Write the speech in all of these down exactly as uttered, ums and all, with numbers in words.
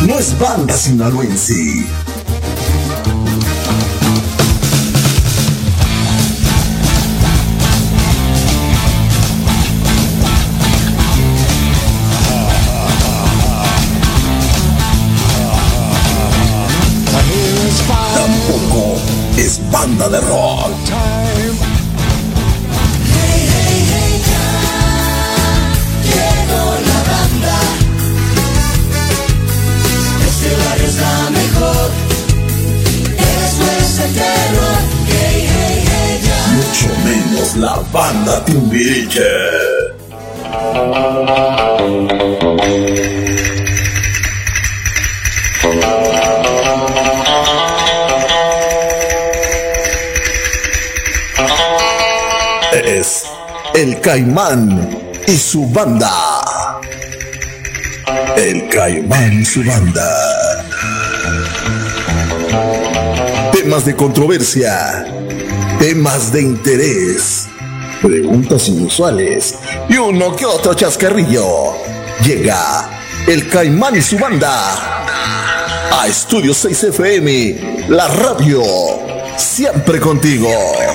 no es banda sinaloense. Tampoco es banda de rock. Mucho menos la banda Timbiriche. Es el Caimán y su banda. El Caimán y su banda. Temas de controversia, temas de interés, preguntas inusuales y uno que otro chascarrillo. Llega el Caimán y su banda a Estudio seis F M, la radio, siempre contigo.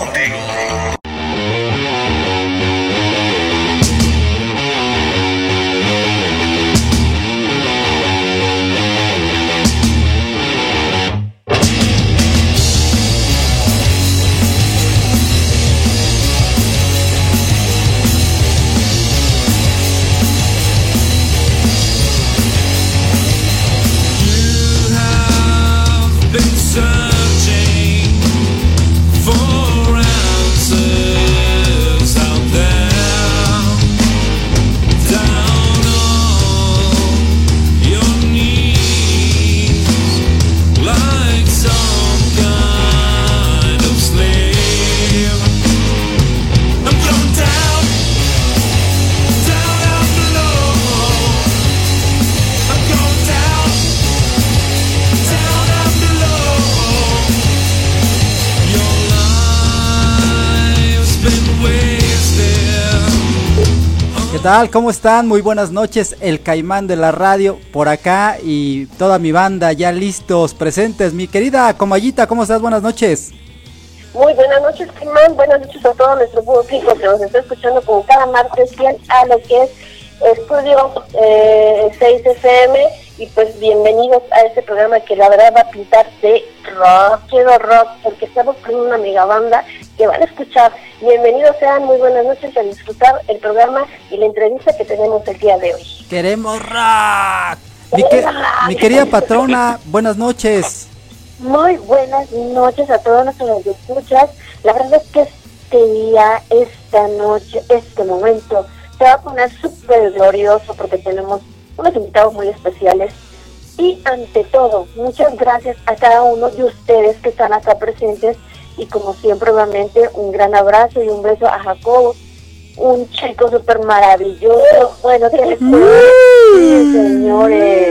¿Qué tal? ¿Cómo están? Muy buenas noches, el Caimán de la radio por acá y toda mi banda ya listos, presentes. Mi querida Comayita, ¿cómo estás? Buenas noches. Muy buenas noches, Caimán, buenas noches a todo nuestro público que nos está escuchando como cada martes fiel a lo que es Estudio eh, seis F M y pues bienvenidos a este programa que la verdad va a pintar de rock, quiero rock, porque estamos con una mega banda que van a escuchar. Bienvenidos sean, muy buenas noches a disfrutar el programa y la entrevista que tenemos el día de hoy. ¡Queremos rock! Mi, que, mi querida patrona, buenas noches. Muy buenas noches a todos nuestros escuchas. La verdad es que este día, esta noche, este momento se va a poner súper glorioso porque tenemos unos invitados muy especiales. Y ante todo, muchas gracias a cada uno de ustedes que están acá presentes. Y como siempre, obviamente, un gran abrazo y un beso a Jacobo, un chico súper maravilloso. Bueno, ¿qué les puedo decir, señores?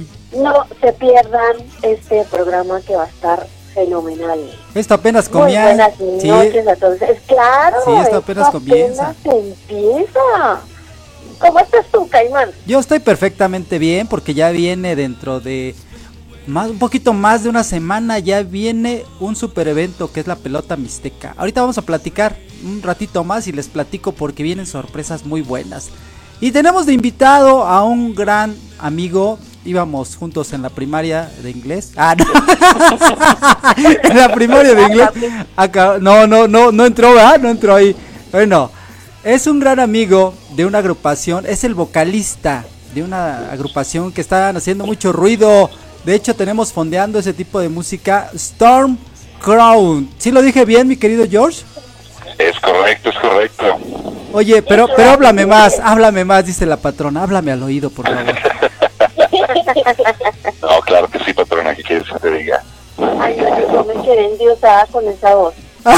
No se pierdan este programa que va a estar fenomenal. Esto apenas comienza. Muy buenas noches sí. a todos. Es claro, sí, esto apenas esto comienza. Apenas empieza. ¿Cómo estás tú, Caimán? Yo estoy perfectamente bien porque ya viene dentro de más un poquito más de una semana, ya viene un super evento que es la Pelota Mixteca. Ahorita vamos a platicar un ratito más y les platico porque vienen sorpresas muy buenas. Y tenemos de invitado a un gran amigo. Íbamos juntos en la primaria de inglés. Ah, no. En la primaria de inglés. Acá, no, no, no, no entró, ¿verdad? No entró ahí. Bueno, es un gran amigo de una agrupación. Es el vocalista de una agrupación que están haciendo mucho ruido. De hecho, tenemos fondeando ese tipo de música. Storm Crown. ¿Sí lo dije bien, mi querido George? Es correcto, es correcto. Oye, pero, pero háblame más, háblame más, dice la patrona. Háblame al oído, por favor. No, claro que sí, patrona, ¿qué quieres que te diga? Ay, no, me quedé endiosada con esa voz.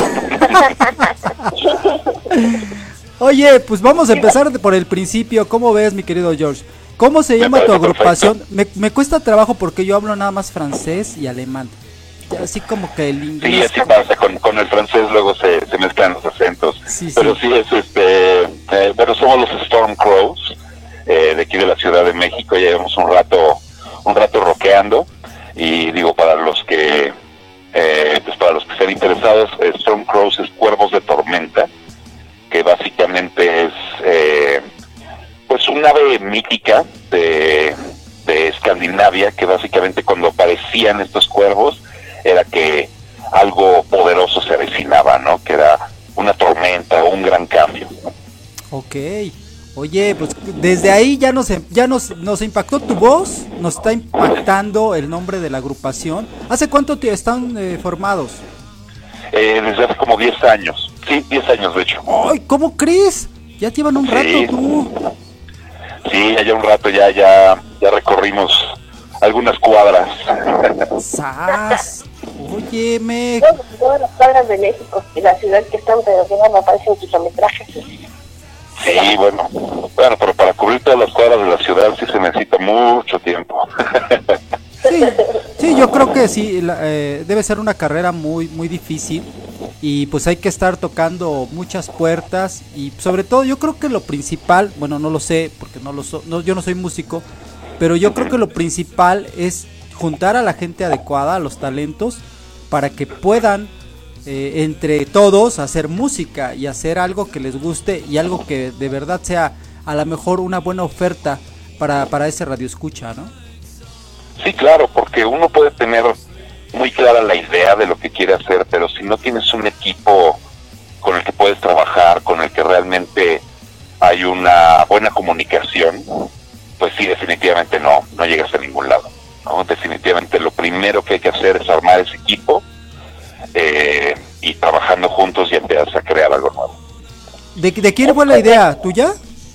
Oye, pues vamos a empezar por el principio. ¿Cómo ves, mi querido George? ¿Cómo se llama tu agrupación? Me, me cuesta trabajo porque yo hablo nada más francés y alemán. Así como que el inglés. Sí, así pasa, con, con el francés luego se, se mezclan los acentos. Sí, Pero sí. sí, es este, eh, pero somos los Storm Crows, eh, de aquí de la Ciudad de México. Ya llevamos un rato, un rato rockeando. Y digo, para los que eh, pues para los que estén interesados, eh, Storm Crows es Cuervos de Tormenta, que básicamente es eh, pues un ave mítica de, de Escandinavia, que básicamente cuando aparecían estos cuervos era que algo poderoso se avecinaba, ¿no? Que era una tormenta o un gran cambio. Ok. Oye, pues desde ahí ya nos ya nos, nos impactó tu voz, nos está impactando el nombre de la agrupación. ¿Hace cuánto te están eh, formados? Eh, desde hace como diez años. Sí, diez años de hecho. ¡Ay, cómo crees! Ya llevan un Sí. rato tú. Sí, ya un rato, ya, ya, ya recorrimos algunas cuadras. ¡Sas! Óyeme. Todas, todas las cuadras de México y la ciudad que están, pero que no me aparecen kilometrajes. Sí, bueno, bueno, pero para cubrir todas las cuadras de la ciudad sí se necesita mucho tiempo. Sí, sí, yo creo que sí, la, eh, debe ser una carrera muy, muy difícil y pues hay que estar tocando muchas puertas y sobre todo yo creo que lo principal, bueno, no lo sé porque no lo so, no, yo no soy músico, pero yo creo que lo principal es juntar a la gente adecuada, a los talentos, para que puedan eh, entre todos hacer música y hacer algo que les guste y algo que de verdad sea a lo mejor una buena oferta para, para ese radioescucha, ¿no? Sí, claro, porque uno puede tener muy clara la idea de lo que quiere hacer, pero si no tienes un equipo con el que puedes trabajar, con el que realmente hay una buena comunicación, pues sí, definitivamente no, no llegas a ningún lado, ¿no? Definitivamente lo primero que hay que hacer es armar ese equipo eh, y trabajando juntos ya empiezas a crear algo nuevo. ¿De, de quién fue la idea? ¿Tuya?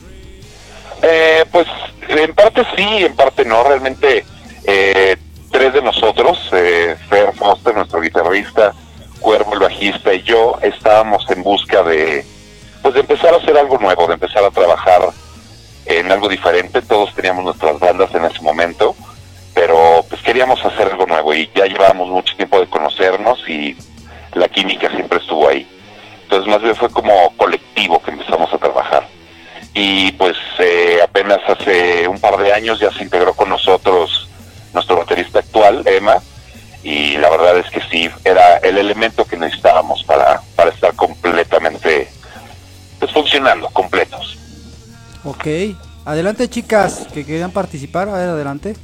Eh, pues en parte sí, en parte no, realmente... Eh, tres de nosotros, eh, Fer Foster, nuestro guitarrista, Cuervo, el bajista, y yo estábamos en busca de, pues de empezar a hacer algo nuevo, de empezar a trabajar en algo diferente. Todos teníamos nuestras bandas en ese momento, pero pues queríamos hacer algo nuevo y ya llevábamos mucho tiempo de conocernos y la química siempre estuvo ahí. Entonces más bien fue como colectivo que empezamos a trabajar. Y pues eh, apenas hace un par de años ya se integró con nosotros nuestro baterista actual, Emma, y la verdad es que sí, era el elemento que necesitábamos para, para estar completamente, pues funcionando, completos. Ok, adelante chicas, que querían participar, a ver, adelante.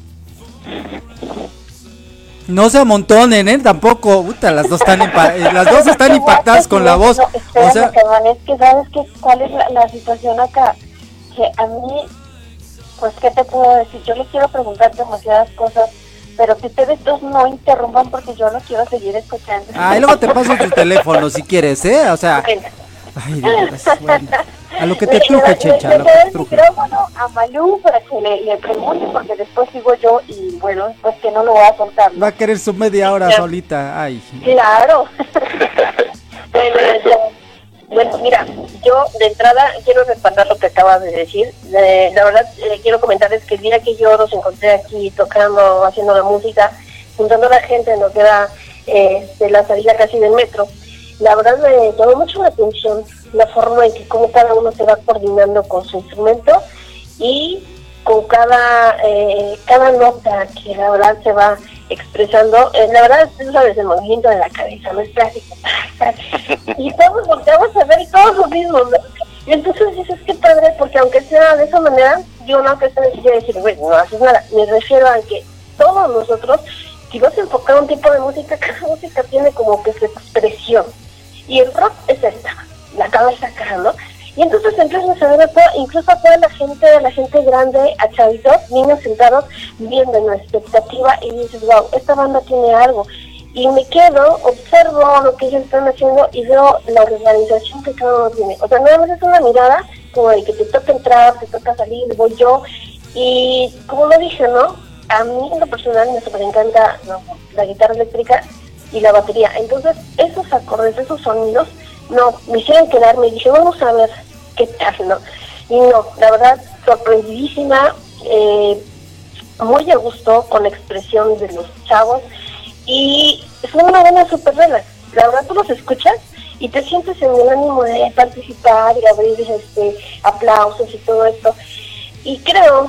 No se amontonen, ¿eh? Tampoco, puta, las dos están impa las dos están impactadas con la voz. No, espérame, o sea, cabrón, es que sabes que cuál es la, la situación acá, que a mí, pues qué te puedo decir, yo le quiero preguntar demasiadas cosas, pero que ustedes dos no interrumpan porque yo no quiero seguir escuchando. Ah, y luego te paso tu teléfono si quieres, ¿eh? O sea, Bueno. ay, Dios, bueno. A lo que te Le- truje, le- Chencha, le a lo que doy te el truje. micrófono a Malú para que le, le pregunte, porque después sigo yo y bueno, pues que no lo voy a soltar, ¿no? Va a querer su media hora solita, ay. Claro. Bueno, ya. Bueno, mira, yo de entrada quiero respaldar lo que acabas de decir. Eh, la verdad, eh, quiero comentarles que el día que yo los encontré aquí tocando, haciendo la música, juntando a la gente en lo que era eh, de la salida casi del metro, la verdad me llamó mucho la atención la forma en que como cada uno se va coordinando con su instrumento y con cada eh, cada nota que la verdad se va expresando. Eh, la verdad, tú sabes, el movimiento de la cabeza, no es plástico. Y todos volteamos a ver y todos lo mismo, ¿no? Y entonces dices, qué padre, porque aunque sea de esa manera, yo no que sea sencillo decir, bueno, no haces nada. Me refiero a que todos nosotros, si vas a enfocar un tipo de música, cada música tiene como que su expresión. Y el rock es esta, la cabeza acá, ¿no? Y entonces empiezas a ver a todo, incluso a toda la gente, a la gente grande, a chavitos, niños sentados, viendo en la expectativa y dices, wow, esta banda tiene algo. Y me quedo, observo lo que ellos están haciendo y veo la organización que cada uno tiene. O sea, nada más es una mirada como de que te toca entrar, te toca salir, voy yo. Y como lo dije, ¿no? A mí en lo personal me super encanta, ¿no?, la guitarra eléctrica y la batería. Entonces, esos acordes, esos sonidos, no, me hicieron quedarme y dije, vamos a ver qué tal, ¿no? Y no, la verdad, sorprendidísima, eh, muy a gusto con la expresión de los chavos y fue una buena super relax. La verdad, tú los escuchas y te sientes en el ánimo de participar y abrir este, aplausos y todo esto. Y creo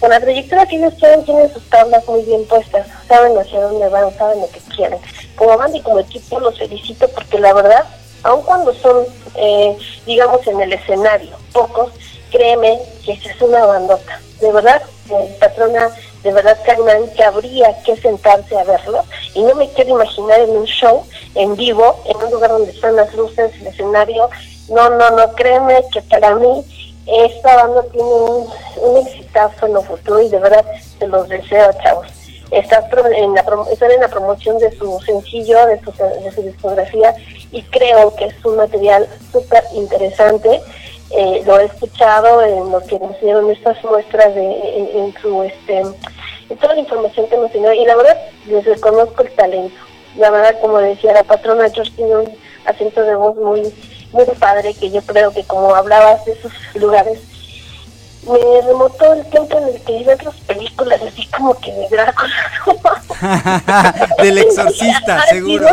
con la trayectoria que ellos tienen, tienen sus tablas muy bien puestas, saben hacia dónde van, saben lo que quieren. Como banda y como equipo los felicito porque la verdad, aun cuando son, eh, digamos, en el escenario pocos, créeme que esa es una bandota. De verdad, eh, patrona, de verdad, Carmen, que habría que sentarse a verlo. Y no me quiero imaginar en un show, en vivo, en un lugar donde están las luces, el escenario. No, no, no, créeme que para mí esta banda tiene un, un exitazo en lo futuro y de verdad se los deseo, chavos. Están en, la, están en la promoción de su sencillo, de su, de su discografía, y creo que es un material súper interesante. Eh, lo he escuchado en lo que nos dieron estas muestras de, en, en su este en toda la información que nos tenido, y la verdad les reconozco el talento. La verdad, como decía la patrona, George tiene un acento de voz muy muy padre, que yo creo que como hablabas de esos lugares, me remontó el tiempo en el que iba a otras películas, así como que de Drácula. Del Exorcista, seguro.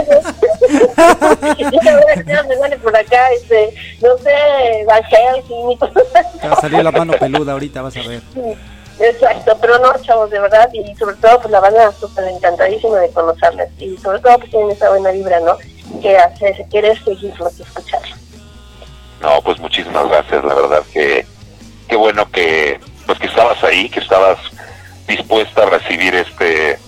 Me sale por acá, este, no sé, Bajel, y te va a salir la mano peluda ahorita, vas a ver. Exacto, pero no, chavos, de verdad, y sobre todo pues la banda súper encantadísima de conocerles, y sobre todo pues tienen esa buena vibra, ¿no? Que hace, se quiere seguirlos y escucharlos. No, pues muchísimas gracias, la verdad que qué bueno que pues que estabas ahí, que estabas dispuesta a recibir este,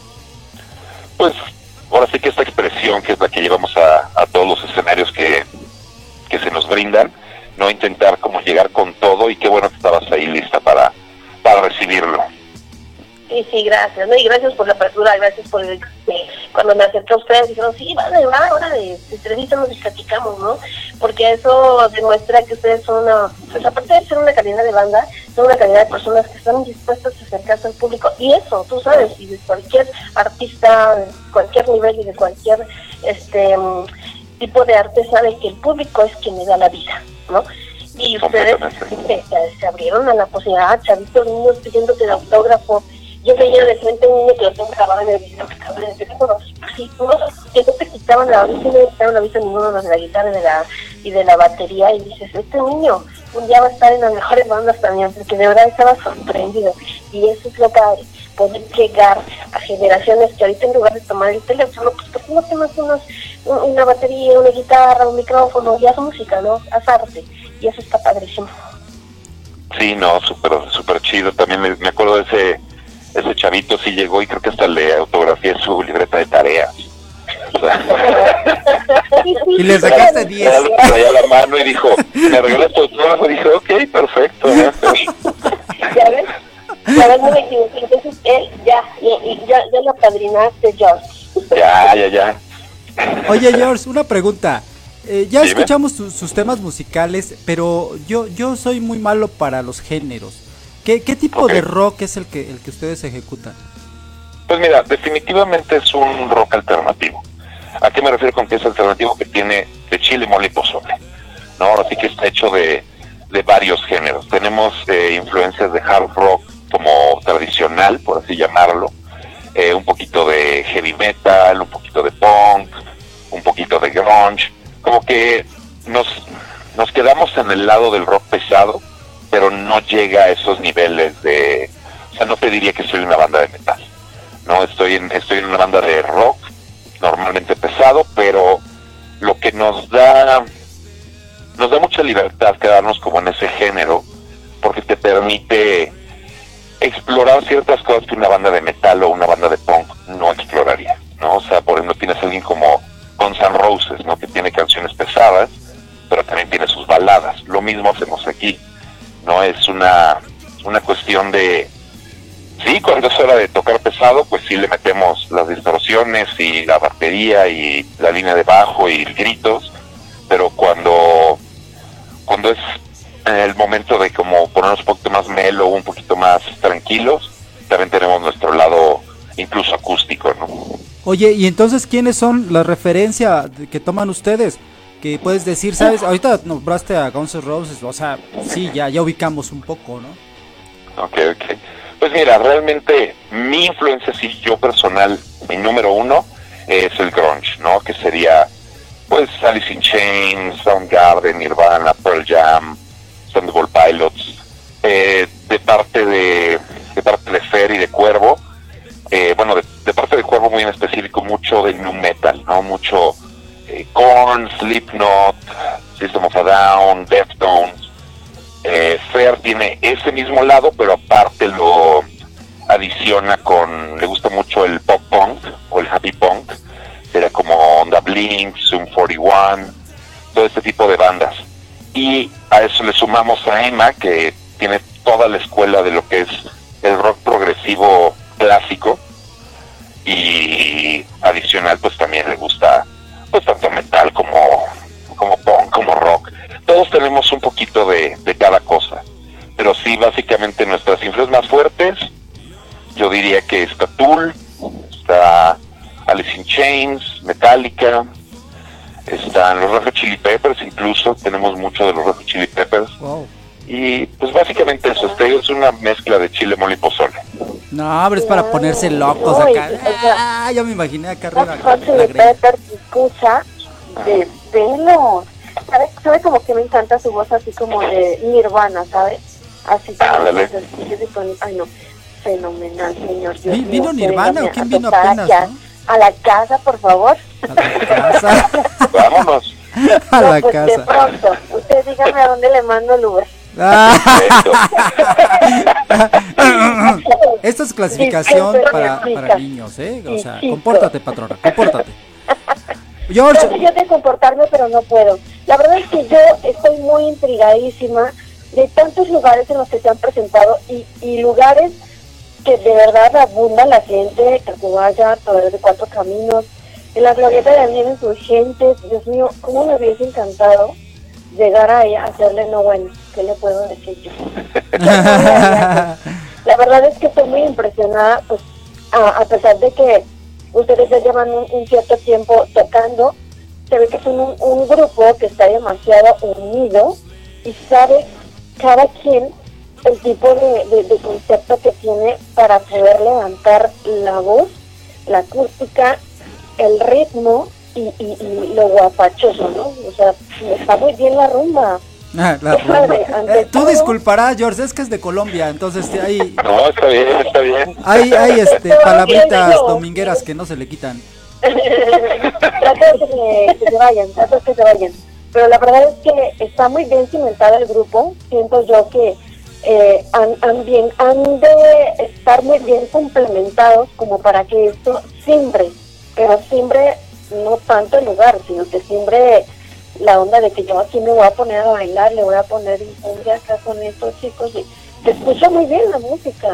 pues ahora sí que esta expresión que es la que llevamos a, a todos los escenarios que, que se nos brindan, no intentar como llegar con todo, y qué bueno que estabas ahí lista para, para recibirlo. Sí, sí, gracias, ¿no? Y gracias por la apertura, gracias por el, eh, cuando me acerqué a ustedes, dijeron, sí, vale, va, ahora de, de entrevistas y platicamos, ¿no? Porque eso demuestra que ustedes son una, pues aparte de ser una calidad de banda, son una calidad de personas que están dispuestas a acercarse al público, y eso, tú sabes, y de cualquier artista, de cualquier nivel y de cualquier este tipo de arte, sabe que el público es quien le da la vida, ¿no? Y ustedes se, se abrieron a la posibilidad, chavitos, niños pidiéndote el autógrafo. Yo veía de frente a un niño que lo tengo grabado en el video, que estaba en el teléfono, así, no, que no te quitaban la vista, no te quitaban la vista ninguno de los de la guitarra y de la, y de la batería, y dices, este niño un día va a estar en las mejores bandas también, porque de verdad estaba sorprendido, y eso es lo padre, poder llegar a generaciones que ahorita en lugar de tomar el teléfono, pues ¿por qué no tomas unos, una batería, una guitarra, un micrófono, y haz música, ¿no? Haz arte, y eso está padrísimo. Sí, no, súper súper chido, también me, me acuerdo de ese ese chavito sí llegó y creo que hasta le autografié su libreta de tareas. O sea, y le sacaste diez. Traía la mano y dijo, me regalas tu autógrafo, y dije, ok, perfecto. ¿Ya ves? Ya ves, no me equivoqué. Entonces él ya, y ya, ya lo padrinaste, George. Ya, ya, ya. Oye, George, una pregunta. Eh, ya Dime. escuchamos tu, sus temas musicales, pero yo yo soy muy malo para los géneros. ¿Qué, qué tipo okay. de rock es el que el que ustedes ejecutan? Pues mira, definitivamente es un rock alternativo. ¿A qué me refiero con que es alternativo? Que tiene de chile, mole y pozole, ¿no? Ahora sí que está hecho de, de varios géneros. Tenemos eh, influencias de hard rock como tradicional, por así llamarlo, eh, un poquito de heavy metal, un poquito de punk, un poquito de grunge. Como que nos, nos quedamos en el lado del rock pesado, pero no llega a esos niveles de, o sea, no te diría que soy una banda de metal, no, estoy en, estoy en una banda de rock, normalmente pesado, pero lo que nos da, nos da mucha libertad quedarnos como en ese género, porque te permite explorar ciertas cosas que una banda de metal o una banda de punk no exploraría, ¿no? O sea, por ejemplo, tienes a alguien como Guns N' Roses, ¿no? Que tiene canciones pesadas, pero también tiene sus baladas, lo mismo hacemos aquí. No es una una cuestión de, sí, cuando es hora de tocar pesado, pues sí le metemos las distorsiones y la batería y la línea de bajo y gritos, pero cuando cuando es el momento de como ponernos un poquito más mellow, un poquito más tranquilos, también tenemos nuestro lado incluso acústico, ¿no? Oye, y entonces, ¿quiénes son la referencia que toman ustedes? Que puedes decir, ¿sabes? Ahorita nombraste a Guns N' Roses, o sea, sí, ya, ya ubicamos un poco, ¿no? Ok, ok. Pues mira, realmente mi influencia, sí, yo personal, mi número uno es el grunge, ¿no? Que sería, pues, Alice in Chains, Soundgarden, Nirvana, Pearl Jam, Stone Temple Pilots. Eh, de parte de, de Korn, Slipknot, System of a Down, Deftones. Eh, Fer tiene ese mismo lado, pero aparte lo adiciona con, le gusta mucho el pop punk o el happy punk, sería como Onda Blink, Sum cuarenta y uno, todo este tipo de bandas. Y a eso le sumamos a Emma, que tiene toda la escuela de lo que es el rock progresivo clásico, y adicional pues también le gusta pues tanto metal como, como punk, como rock. Todos tenemos un poquito de, de cada cosa, pero sí, básicamente nuestras influencias más fuertes, yo diría que está Tool, está Alice in Chains, Metallica, están los Red Hot Chili Peppers, incluso tenemos mucho de los Red Hot Chili Peppers. Wow. Y pues básicamente eso, este es una mezcla de chile, mole y pozole. No, pero es para ponerse locos Uy, acá. o sea, Ah, yo me imaginé acá arriba. Red Hot la Chili greña. Peppers, escucha de pelo. ¿Sabe, ¿Sabe como que me encanta su voz así como de Nirvana, ¿sabes? Así como Ándale. que se sigue con- ay no, fenomenal, señor. Dios ¿Vi- mío, vino que Nirvana venga o quién a vino tocar apenas, aquí a, no? a la casa, por favor. A la casa. Vámonos. A No, la pues de casa. pronto, usted dígame a dónde le mando el Uber. Ah, Eso. esta es clasificación Disculpe, para, chica. para niños, ¿eh? O sea, Hijito. compórtate, patrona, compórtate. Yo George, yo de comportarme, pero no puedo. La verdad es que yo estoy muy intrigadísima de tantos lugares en los que se han presentado y, y lugares que de verdad abunda la gente, Tacubaya, Torres de Cuatro Caminos, en la glorieta de Avenida Insurgentes. Dios mío, cómo me hubiese encantado llegar ahí a hacerle no bueno, ¿qué le puedo decir yo? La verdad es que estoy muy impresionada, pues a, a pesar de que ustedes ya llevan un, un cierto tiempo tocando, se ve que son un, un grupo que está demasiado unido y sabe cada quien el tipo de, de, de concepto que tiene para poder levantar la voz, la acústica, el ritmo y, y, y lo guapachoso, ¿no? O sea, está muy bien la rumba. ah, la Qué padre, rumba. ante Eh, tú todo- disculparás, George, es que es de Colombia, entonces sí, hay, No, está bien, está bien. hay, hay este, Todo palabritas bien, domingueras que no se le quitan. Trato de que se, que se vayan, trato de que se vayan. Pero la verdad es que está muy bien cimentado el grupo. Siento yo que eh, han, han, bien, han de estar muy bien complementados como para que esto simbre. Pero simbre no tanto el lugar, sino que simbre la onda de que yo aquí me voy a poner a bailar, le voy a poner cumbia acá con estos chicos. Y se escucha muy bien la música.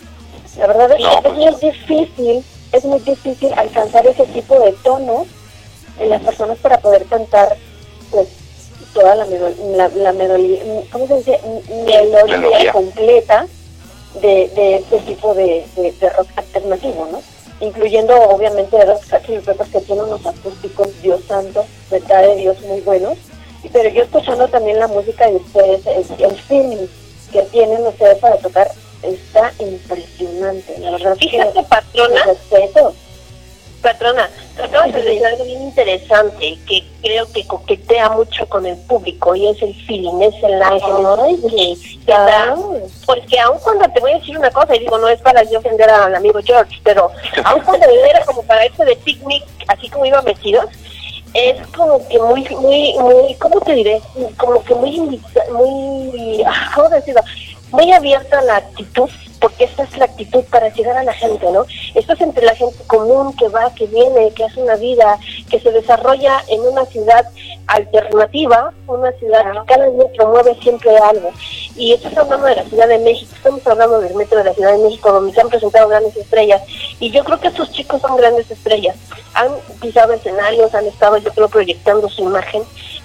La verdad es No, que pues. es muy difícil, es muy difícil alcanzar ese tipo de tonos en las personas para poder cantar, pues, toda la melodía, la, la melodía, ¿cómo se dice? Melodía, Melodía. completa de, de este tipo de, de, de rock alternativo, ¿no? Incluyendo, obviamente, Red Hot Chili Peppers, que tienen unos acústicos, Dios santo, verdad de Dios, muy buenos. Pero yo escuchando también la música de ustedes, el, el feeling que tienen ustedes para tocar, está impresionante, la verdad. Fíjate, que, patrona, respeto. patrona, acabas de decir algo bien interesante que creo que coquetea mucho con el público y es el feeling, es el ángel, Ay, que, que da, porque aun cuando te voy a decir una cosa, y digo, no es para yo ofender al amigo George, pero aun cuando él era como para irse de picnic, así como iba vestido, es como que muy, muy, muy, ¿cómo te diré? Como que muy, invita- muy, ah, ¿cómo decirlo? Muy abierta a la actitud, porque esta es la actitud para llegar a la gente, ¿no? Esto es entre la gente común que va, que viene, que hace una vida, que se desarrolla en una ciudad alternativa, una ciudad que cada día promueve siempre algo. Y estamos hablando de la Ciudad de México, estamos hablando del metro de la Ciudad de México, donde se han presentado grandes estrellas. Y yo creo que estos chicos son grandes estrellas. Han pisado escenarios, han estado, yo creo, proyectando su imagen.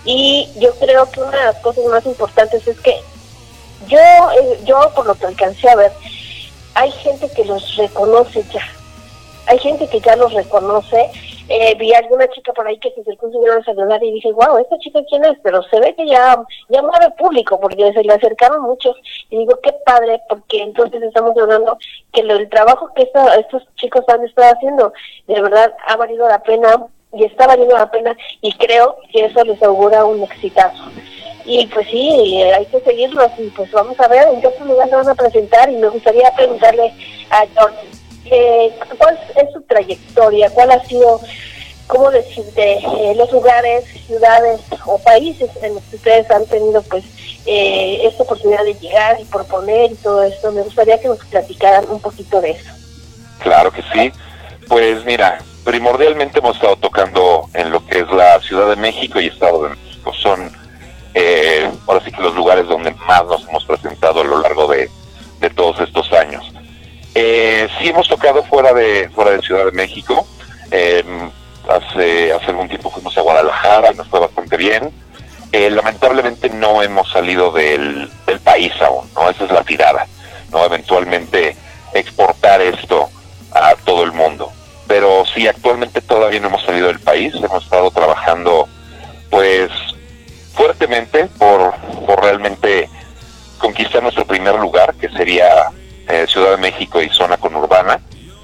Y yo creo que una de las cosas más importantes es que yo, eh, yo por lo que alcancé a ver, hay gente que los reconoce ya. Hay gente que ya los reconoce. Eh, vi a alguna chica por ahí que se acercó a saludar y dije, wow, ¿esta chica quién es? Pero se ve que ya, ya mueve público porque se le acercaron muchos. Y digo, qué padre, porque entonces estamos hablando que lo, el trabajo que esta, estos chicos han estado haciendo, de verdad ha valido la pena y está valiendo la pena y creo que eso les augura un exitazo. Y pues sí, hay que seguirlos y pues vamos a ver en qué otro lugar se van a presentar y me gustaría preguntarle a George, eh, ¿cuál es su trayectoria? ¿Cuál ha sido ¿cómo decirte? Eh, los lugares, ciudades o países en los que ustedes han tenido pues eh, esta oportunidad de llegar y proponer y todo esto. Me gustaría que nos platicaran un poquito de eso. Claro que sí. Pues mira, primordialmente hemos estado tocando en lo que es la Ciudad de México y Estado de México. Son eh, ahora sí que los lugares donde más nos hemos presentado a lo largo de, de todos estos años. Eh, sí hemos tocado fuera de fuera de Ciudad de México. Eh, hace hace algún tiempo fuimos a Guadalajara, nos fue bastante bien. Eh, lamentablemente no hemos salido del, del país aún, ¿no? Esa es la tirada, ¿no? Eventualmente exportar esto a todo el mundo. Pero sí, actualmente todavía no hemos salido del país. Hemos estado trabajando pues fuertemente por, por realmente conquistar nuestro primer lugar, que sería eh, Ciudad de México y zona conurbana.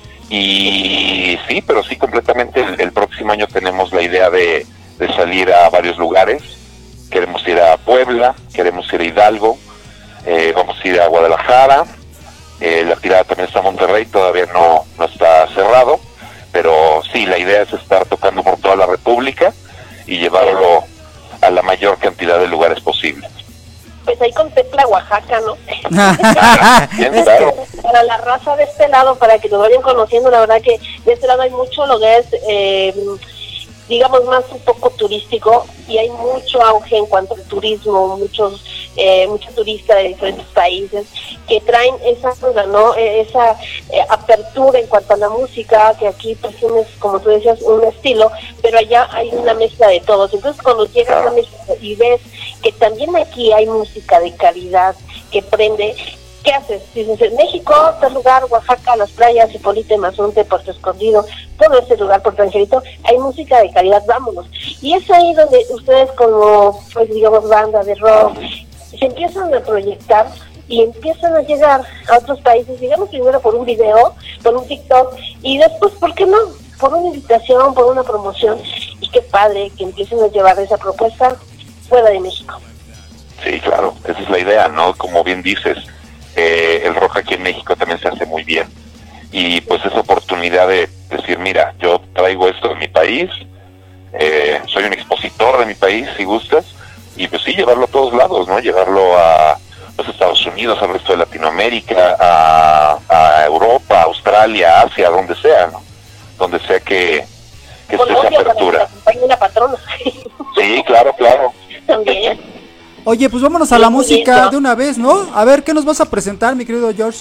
Y sí, pero sí, completamente el, el próximo año tenemos la idea de, de salir a varios lugares. Queremos ir a Puebla, queremos ir a Hidalgo, eh, vamos a ir a Guadalajara. Eh, la tirada también está en Monterrey, todavía no, no está cerrado, pero sí, la idea es estar tocando por toda la República y llevarlo a la mayor cantidad de lugares posibles. Pues ahí contempla Oaxaca, ¿no? Bien, claro. Para la raza de este lado, para que lo vayan conociendo, la verdad que de este lado hay mucho lo que es, eh, digamos, más un poco turístico, y hay mucho auge en cuanto al turismo, muchos eh, muchos turistas de diferentes países que traen esa cosa, ¿no? Esa eh, apertura en cuanto a la música, que aquí pues tienes, como tú decías, un estilo, pero allá hay una mezcla de todos. Entonces cuando llegas a México y ves que también aquí hay música de calidad que prende, ¿qué haces? Dices, en México, tal lugar, Oaxaca, las playas, Hipólito, Mazunte, Puerto Escondido, todo ese lugar, Puerto Angelito, hay música de calidad, vámonos. Y es ahí donde ustedes como, pues digamos, banda de rock, se empiezan a proyectar y empiezan a llegar a otros países, digamos primero por un video, por un TikTok, y después, ¿por qué no? Por una invitación, por una promoción, y qué padre que empiecen a llevar esa propuesta fuera de México. Sí, claro, esa es la idea, ¿no? Como bien dices, eh, el rock aquí en México también se hace muy bien, y pues esa oportunidad de decir, mira, yo traigo esto de mi país, eh, soy un expositor de mi país, si gustas, y pues sí, llevarlo a todos lados, ¿no? Llevarlo a los Estados Unidos, al resto de Latinoamérica, a, a Europa, Australia, Asia, donde sea, ¿no? Donde sea que, que esté esa apertura. Una patrona. Sí, claro, claro. También. Oye, pues vámonos a la música de una vez, ¿no? A ver, ¿qué nos vas a presentar, mi querido George?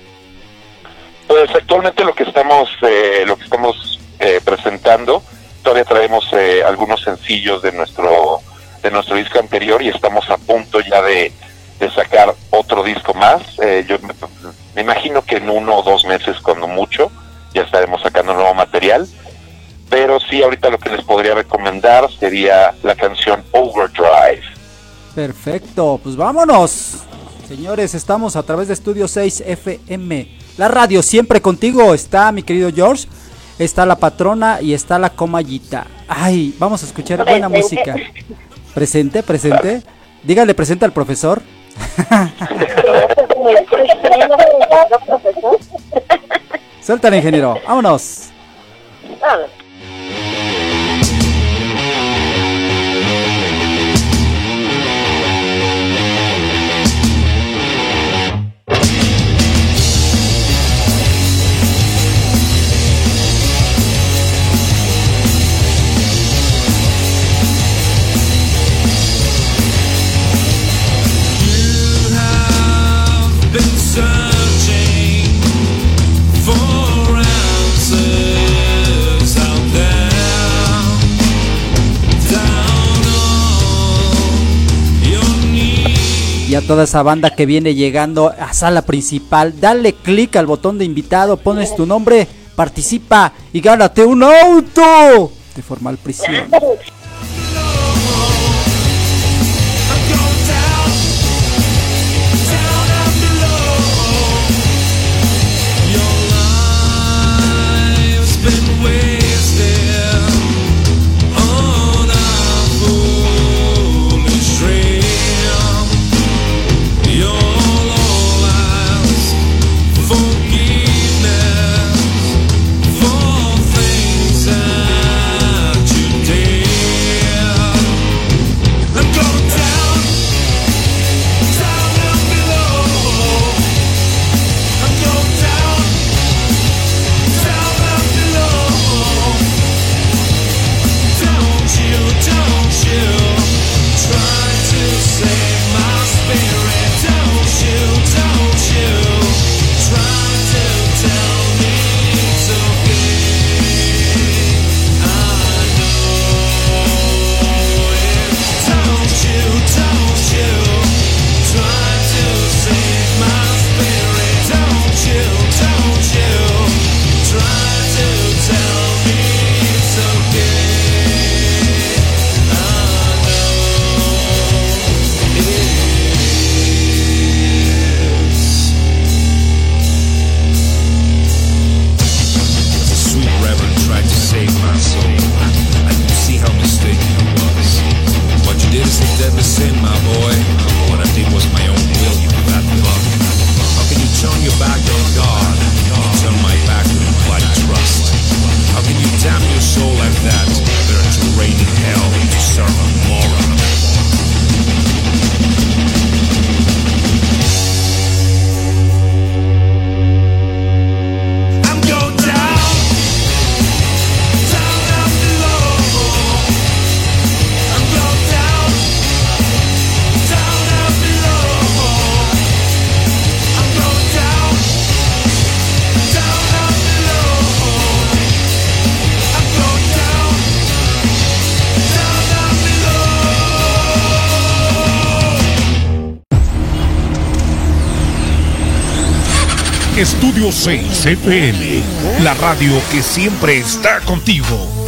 Pues actualmente lo que estamos eh, lo que estamos eh, presentando, todavía traemos eh, algunos sencillos de nuestro de nuestro disco anterior, y estamos a punto ya de, de sacar otro disco más. Eh, yo me, me imagino que en uno o dos meses, cuando mucho, ya estaremos sacando nuevo material. Pero sí, ahorita lo que les podría recomendar sería la canción Overdrive. Perfecto, pues vámonos. Señores, estamos a través de Estudio seis F M. La radio siempre contigo. Está mi querido George, está la patrona y está la comayita. Ay, vamos a escuchar buena música. Presente, presente. Dígale presente al profesor. Suéltale, ingeniero. Vámonos. Y a toda esa banda que viene llegando a sala principal, dale click al botón de invitado, pones tu nombre, participa y gánate un auto de formal prisión. Forgiveness for things I the sin, my boy. What I did was my own will, you fat fuck. How can you turn your back on God and turn my back with bloody trust? How can you damn your soul like that? Better to reign in hell than to serve a moron. Estudio seis F M, la radio que siempre está contigo.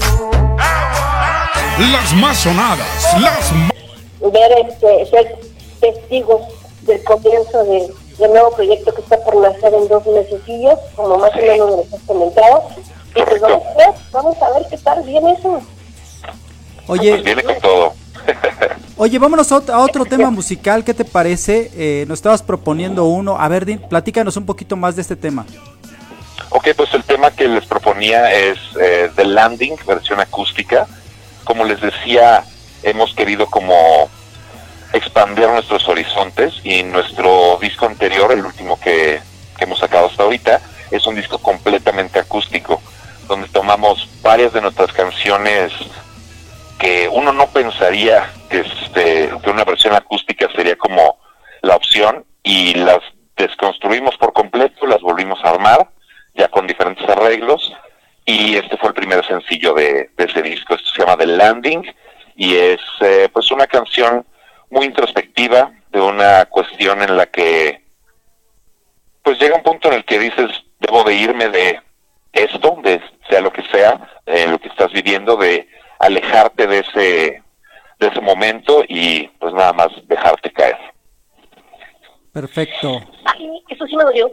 Las más sonadas, las más... Ver este, ser testigos del comienzo de, del nuevo proyecto que está por nacer en dos mesecillos, como más o menos lo has comentado. Y pues vamos a ver, vamos a ver qué tal viene eso. Oye, pues viene con todo. Oye, vámonos a otro tema musical, ¿qué te parece? Eh, nos estabas proponiendo uno, a ver, Din, platícanos un poquito más de este tema. Ok, pues el tema que les proponía es eh, The Landing, versión acústica. Como les decía, hemos querido como expandir nuestros horizontes y nuestro disco anterior, el último que, que hemos sacado hasta ahorita, es un disco completamente acústico, donde tomamos varias de nuestras canciones que uno no pensaría que, este, que una versión acústica sería como la opción, y las desconstruimos por completo, las volvimos a armar ya con diferentes arreglos, y este fue el primer sencillo de, de ese disco. Esto se llama The Landing y es eh, pues una canción muy introspectiva de una cuestión en la que pues llega un punto en el que dices, debo de irme de esto, de sea lo que sea, eh, lo que estás viviendo, de alejarte de ese de ese momento y pues nada más dejarte caer. Perfecto. Ay, eso sí me dolió.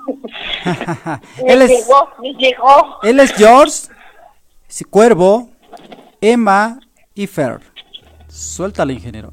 él me es, llegó, me llegó. Él es George, Cuervo, Emma y Fer. Suéltale, ingeniero.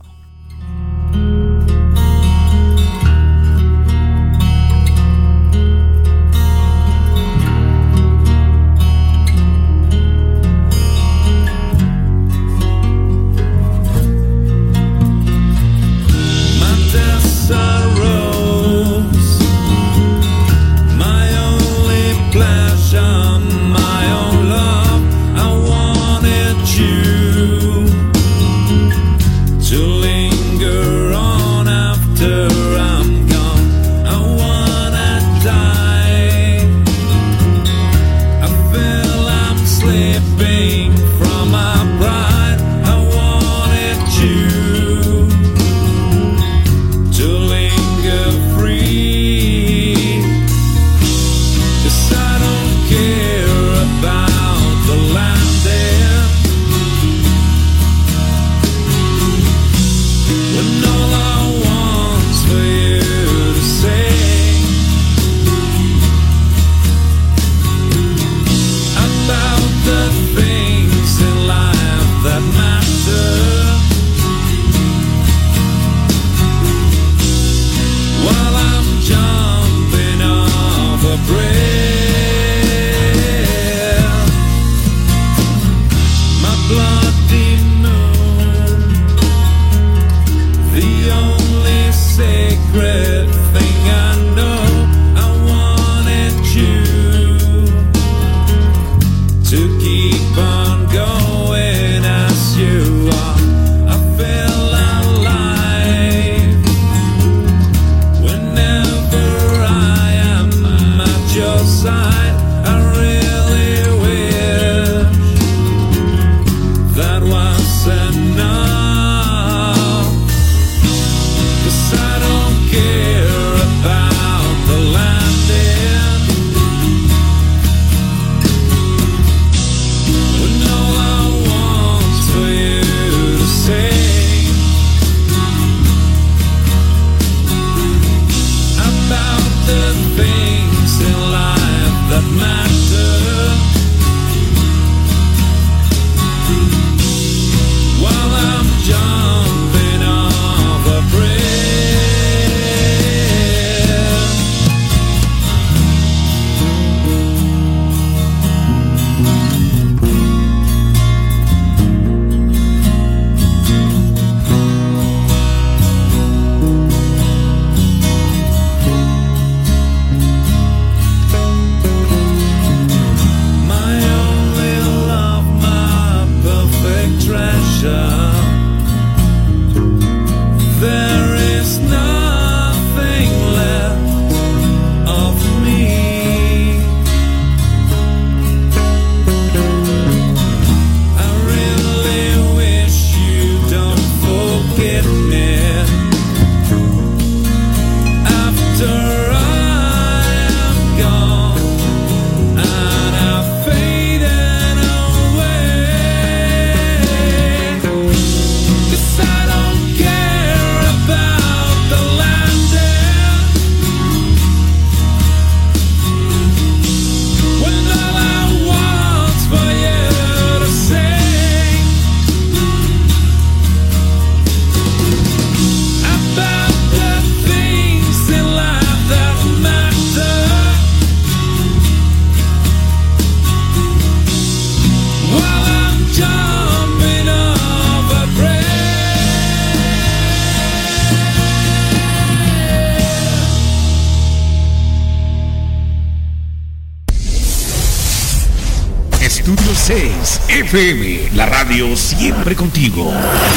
Estudio seis F M, la radio siempre contigo.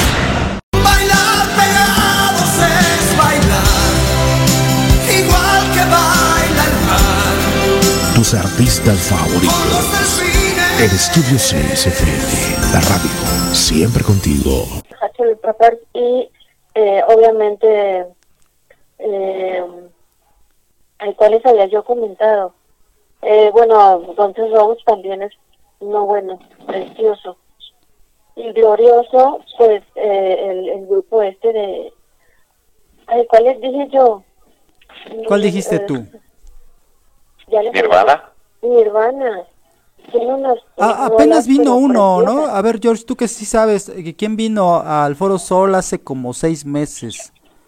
Bailar pegados es bailar, igual que baila el mar. Tus artistas favoritos. En Estudio seis F M, la radio siempre contigo. Y eh, obviamente, eh, al cual les había yo comentado. Eh, bueno, Guns N' Roses también es, no bueno, precioso. Y glorioso, pues, eh, el, el grupo este de... ¿Al cual les dije yo? ¿Cuál dijiste eh, tú? Ya les ¿Nirvana? dije, Nirvana. Tiene unas Ah, rolas, apenas vino pero uno, ¿no? preciosas. A ver, George, tú que sí sabes, eh, ¿quién vino al Foro Sol hace como seis meses?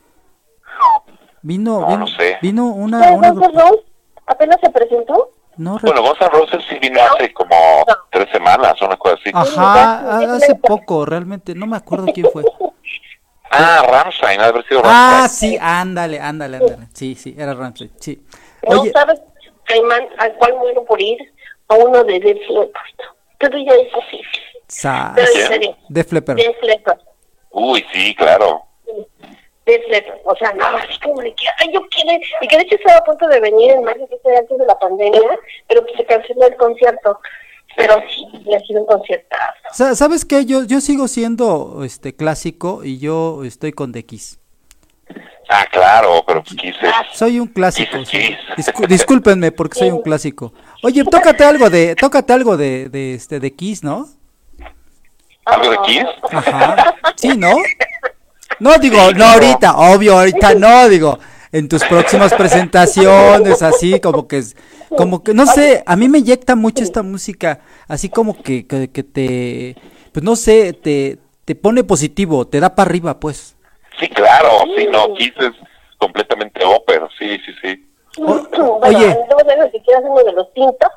Vino, No, vino, no sé. vino una... ¿Ustedes una Guns N' Roses apenas se presentó? no, re- Bueno, Guns N' Roses sí vino hace como tres semanas, una cosa así. Ajá, a- hace poco, realmente, no me acuerdo quién fue. Ah, Rammstein, ha de haber sido Ah, Rammstein. sí, ándale, ándale, ándale. Sí, sí, era Ramsey, sí. ¿No Oye, sabes, Caimán, al cual muero por ir? A uno de Def Leppard. Pero ya es posible. sa- Pero en ¿Quién? serio, Def Leppard. Def Leppard. Uy, sí, claro. Def Leppard. O sea, no, así como de que, ay, yo quiero. Y que de hecho estaba a punto de venir en mayo, que fue antes de la pandemia, pero pues se canceló el concierto. Pero sí, le ha sido un conciertazo. Sa- ¿Sabes qué? Yo, yo sigo siendo este clásico y yo estoy con The Kiss. Ah, claro, pero pues quise. Soy un clásico. Kiss, sí. Kiss. Discu- discúlpenme porque soy un clásico. Oye, tócate algo de, tócate algo de, de este de Kiss, ¿no? ¿Algo de Kiss? Ajá. Sí, ¿no? No digo, no ahorita, obvio, ahorita no, digo, en tus próximas presentaciones, así como que es, como que, no sé, a mí me inyecta mucho esta música, así como que, que, que te, pues no sé, te, te pone positivo, te da para arriba, pues. Sí, claro, sí, no, Kiss es completamente ópera, sí, sí, sí. O- Bueno, oye. luego de si quieres uno de los tintos.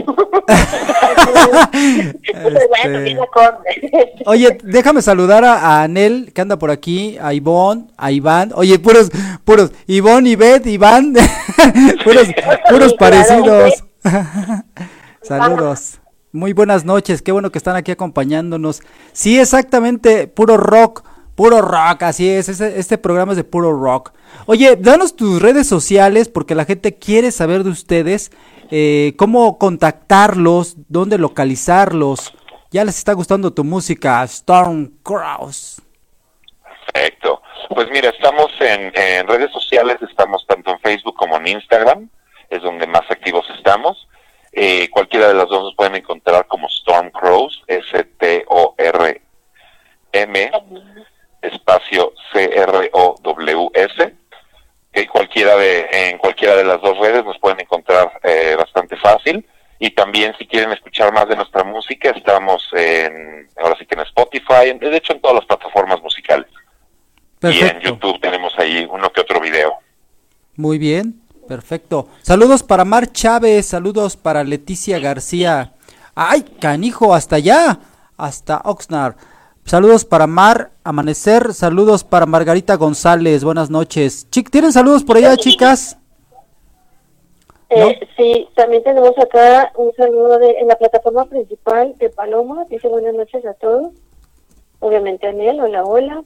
Pues bueno, bien acorde. Oye, déjame saludar a, a Anel, que anda por aquí, a Ivonne, a Iván. Oye, puros, puros, Ivonne, Ivette, Iván, puros, puros Sí, claro, parecidos. Saludos. Muy buenas noches, qué bueno que están aquí acompañándonos. Sí, exactamente, puro rock, puro rock, así es, este, este programa es de puro rock. Oye, danos tus redes sociales porque la gente quiere saber de ustedes, eh, cómo contactarlos, dónde localizarlos. Ya les está gustando tu música, Storm Cross. Perfecto. Pues mira, estamos en, en redes sociales, estamos tanto en Facebook como en Instagram, es donde más activos estamos. Eh, cualquiera de las dos nos pueden encontrar como Storm Crows, S T O R M, espacio C R O W S. Que cualquiera de, en cualquiera de las dos redes nos pueden encontrar eh, bastante fácil. Y también si quieren escuchar más de nuestra música, estamos en, ahora sí que en Spotify, en- de hecho en todas las plataformas musicales. Y en Perfecto. YouTube tenemos ahí uno que otro video. Muy bien, perfecto. Saludos para Mar Chávez, saludos para Leticia García. Ay, canijo, hasta allá, hasta Oxnard. Saludos para Mar Amanecer, saludos para Margarita González, buenas noches. Chic, ¿tienen saludos por allá, chicas? Eh, sí, también tenemos acá un saludo de, en la plataforma principal de Paloma. Dice buenas noches a todos. Obviamente a Nel, hola, hola.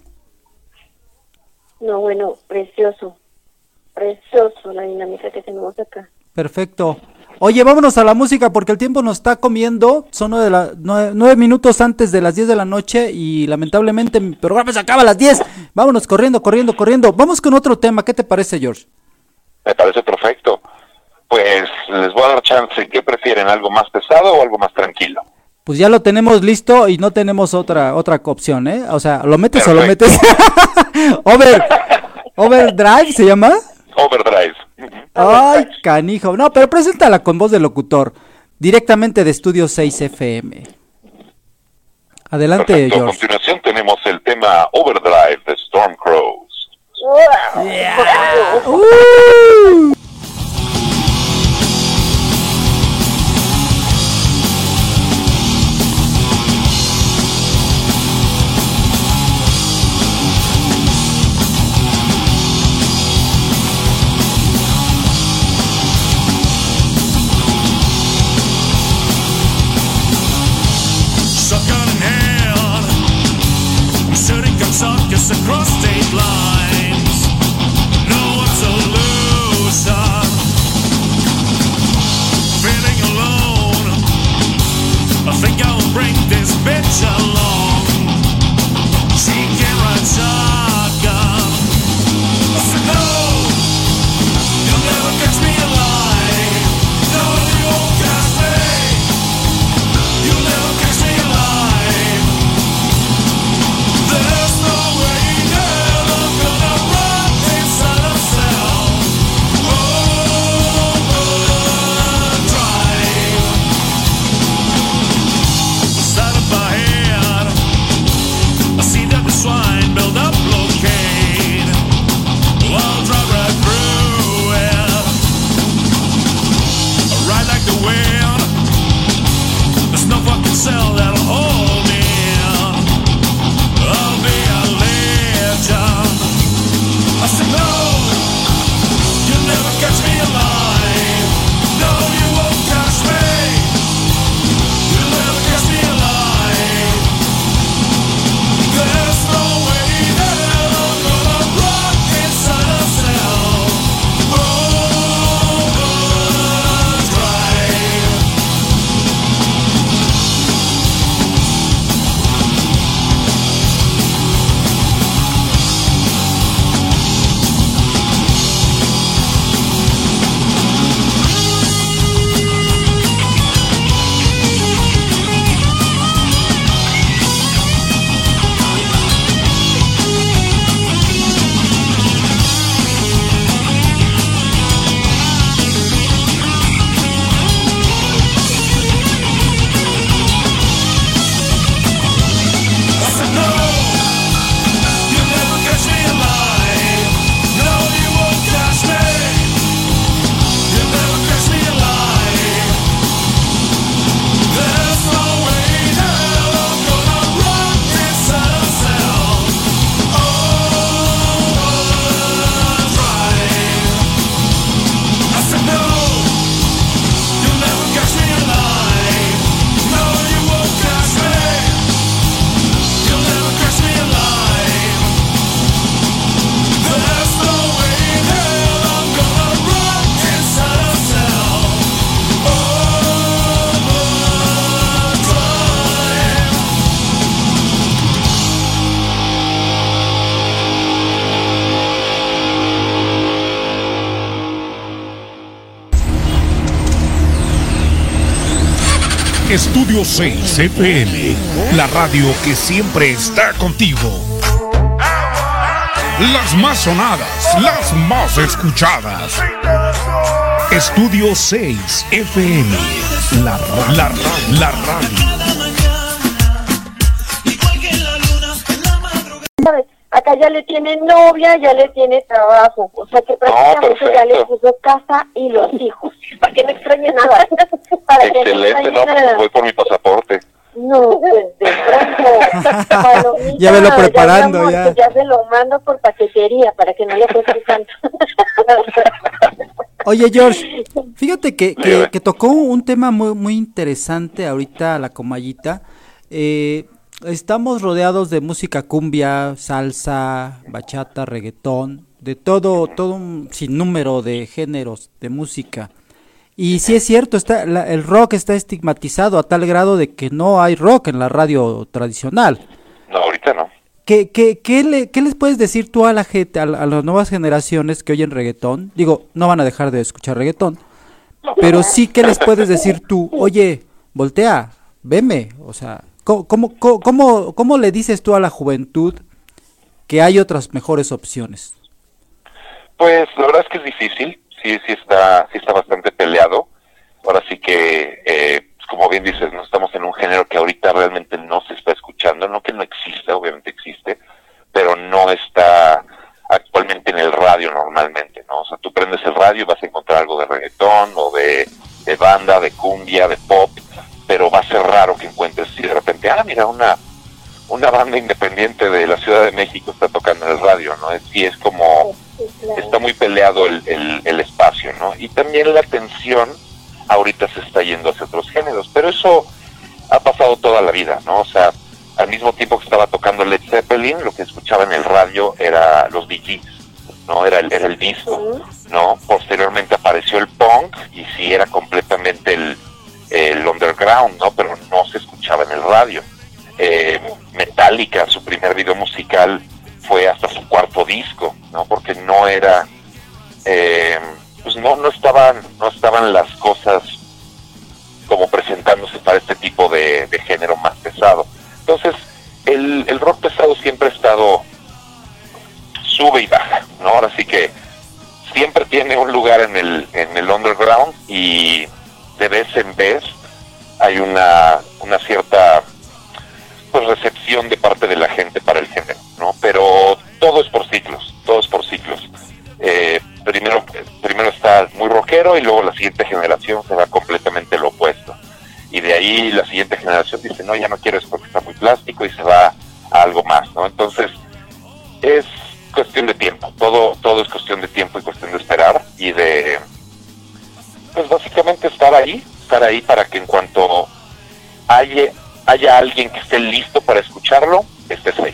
No, bueno, precioso. Precioso la dinámica que tenemos acá. Perfecto. Oye, vámonos a la música porque el tiempo nos está comiendo. Son nueve, de la- nueve, nueve minutos antes de las diez de la noche y lamentablemente mi programa se acaba a las diez. Vámonos corriendo, corriendo, corriendo. Vamos con otro tema. ¿Qué te parece, George? Me parece perfecto. Pues les voy a dar chance. ¿Qué prefieren? ¿Algo más pesado o algo más tranquilo? Pues ya lo tenemos listo y no tenemos otra otra opción, ¿eh? O sea, ¿lo metes o lo metes? Over, Overdrive se llama. Overdrive. Ay, canijo. No, pero preséntala con voz de locutor. Directamente de Estudio seis F M. Adelante, Perfecto. A George. continuación tenemos el tema Overdrive de Storm Crows. Uh. Overdrive. Estudio seis F M, la radio que siempre está contigo. Las más sonadas, las más escuchadas. Estudio seis F M, la, la, la radio. Acá ya le tiene novia, ya le tiene trabajo, o sea que prácticamente no, ya le puso casa y los hijos, para que no extrañe nada. Para Excelente, que no, no, pues voy por mi pasaporte. No, pues de pronto, palomita, Ya velo preparando, ya, ya. Ya se lo mando por paquetería, para que no le cueste tanto. Oye, George, fíjate que, que, que tocó un tema muy, muy interesante ahorita la Comayita. Eh, estamos rodeados de música cumbia, salsa, bachata, reggaetón, de todo, todo un sinnúmero de géneros de música. Y sí es cierto, está, la, el rock está estigmatizado a tal grado de que no hay rock en la radio tradicional. No, ahorita no. ¿Qué, qué, qué, le, ¿Qué les puedes decir tú a la gente, a, a las nuevas generaciones que oyen reggaetón? Digo, no van a dejar de escuchar reggaetón, pero sí, ¿qué les puedes decir tú? Oye, voltea, veme, o sea, ¿cómo, cómo, cómo, cómo le dices tú a la juventud que hay otras mejores opciones? Pues la verdad es que es difícil, sí, sí está, sí está bastante peleado. Ahora sí que, eh, como bien dices, no estamos en un género que ahorita realmente no se está escuchando, no que no exista, obviamente existe, pero no está actualmente en el radio normalmente, ¿no? O sea, tú prendes el radio y vas a encontrar algo de reggaetón o de, de banda, de cumbia, de pop, pero va a ser raro que encuentres si de repente, ah, mira, una una banda independiente de la Ciudad de México está tocando en el radio, ¿no? Es, sí, es como, está muy peleado el, el, el espacio, ¿no? Y también la atención ahorita se está yendo hacia otros géneros, pero eso ha pasado toda la vida, ¿no? O sea, al mismo tiempo que estaba tocando Led Zeppelin, lo que escuchaba en el radio era los Bee Gees, ¿no? Era el, era el disco, ¿no? Posteriormente apareció el punk y sí era completamente el, el underground, ¿no? Pero no se escuchaba en el radio. Eh, Metallica, su primer video musical fue hasta su cuarto disco, ¿no? Porque no era, eh, pues no, no estaban, no estaban las cosas como presentándose para este tipo de, de género más pesado. Entonces, el, el rock pesado siempre ha estado sube y baja, ¿no? Ahora sí que siempre tiene un lugar en el, en el underground y de vez en vez hay una, una cierta pues recepción de parte de la gente para el género, ¿no? Pero todo es por ciclos, todo es por ciclos. Eh, primero, primero está muy rockero y luego la siguiente generación se va completamente lo opuesto. Y de ahí la siguiente generación dice, no, ya no quiero eso porque está muy plástico y se va a algo más, ¿no? Entonces, es cuestión de tiempo, todo, todo es cuestión de tiempo y cuestión de esperar y de, pues básicamente estar ahí, estar ahí para que en cuanto haya haya alguien que esté listo para escucharlo, estés ahí.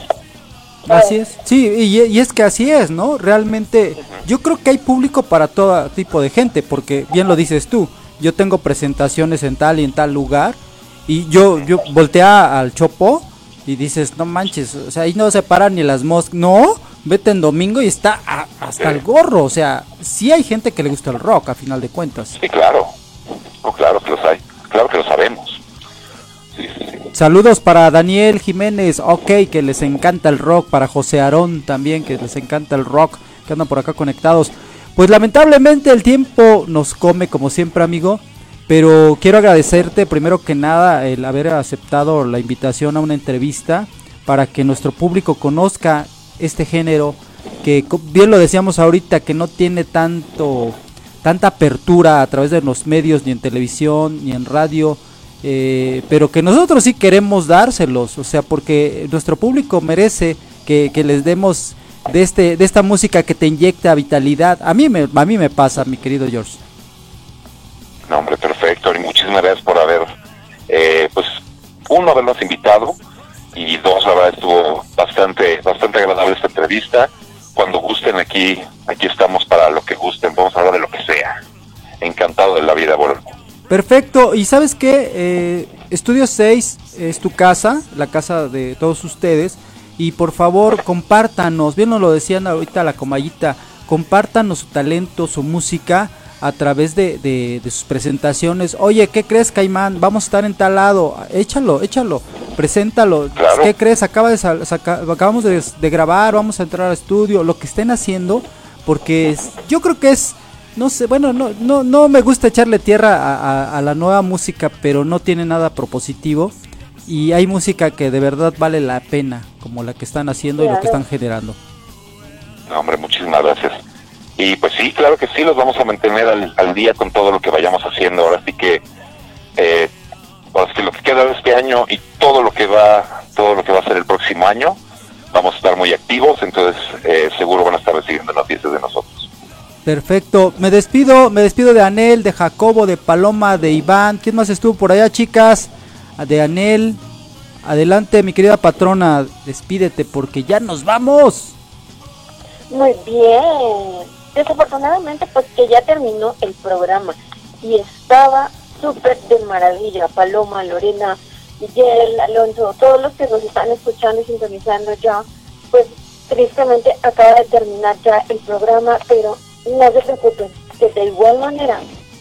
Así es, sí, y, y es que así es, ¿no? Realmente, yo creo que hay público para todo tipo de gente, porque bien lo dices tú, yo tengo presentaciones en tal y en tal lugar, y yo, yo voltea al Chopo, y dices, no manches, o sea, ahí no se paran ni las moscas, no, vete en domingo y está a, hasta el gorro, o sea, sí hay gente que le gusta el rock, a final de cuentas. Sí, claro, no, claro que los hay, claro que lo sabemos. Sí, sí, sí. Saludos para Daniel Jiménez, ok, que les encanta el rock, para José Aarón también, que les encanta el rock, que andan por acá conectados. Pues lamentablemente el tiempo nos come como siempre, amigo, pero quiero agradecerte primero que nada el haber aceptado la invitación a una entrevista para que nuestro público conozca este género, que bien lo decíamos ahorita, que no tiene tanto tanta apertura a través de los medios, ni en televisión, ni en radio. Eh, pero que nosotros sí queremos dárselos, o sea, porque nuestro público merece que, que les demos de este de esta música que te inyecta vitalidad. A mí me a mí me pasa, mi querido George. No, hombre, perfecto, y muchísimas gracias por haber, eh, pues, uno, habernos invitado, y dos, la verdad estuvo bastante bastante agradable esta entrevista. Cuando gusten, aquí aquí estamos para lo que gusten, vamos a hablar de lo que sea. Encantado de la vida, bueno. Perfecto, y ¿sabes qué? Eh, Estudio seis es tu casa, la casa de todos ustedes, y por favor compártanos, bien nos lo decían ahorita la Comayita, compártanos su talento, su música a través de, de, de sus presentaciones. Oye, ¿qué crees, Caimán? Vamos a estar en tal lado. Échalo, échalo, preséntalo. Claro. ¿Qué crees? Acaba de sal, saca, acabamos de, de grabar, vamos a entrar al estudio. Lo que estén haciendo, porque es, yo creo que es, no sé, bueno, no, no, no me gusta echarle tierra a, a, a la nueva música, pero no tiene nada propositivo. Y hay música que de verdad vale la pena, como la que están haciendo claro. y lo que están generando. No, hombre, muchísimas gracias. Y pues sí, claro que sí, los vamos a mantener al, al día con todo lo que vayamos haciendo. Ahora sí que, eh, ahora sí que lo que queda de este año y todo lo que va, todo lo que va a ser el próximo año, vamos a estar muy activos, entonces eh, seguro van a estar recibiendo noticias de nosotros. Perfecto, me despido, me despido de Anel, de Jacobo, de Paloma, de Iván. ¿Quién más estuvo por allá, chicas? De Anel. Adelante, mi querida patrona, despídete porque ya nos vamos. Muy bien. Desafortunadamente, pues que ya terminó el programa y estaba súper de maravilla. Paloma, Lorena, Miguel, Alonso, todos los que nos están escuchando y sintonizando ya, pues tristemente acaba de terminar ya el programa, pero no se preocupen, que de igual manera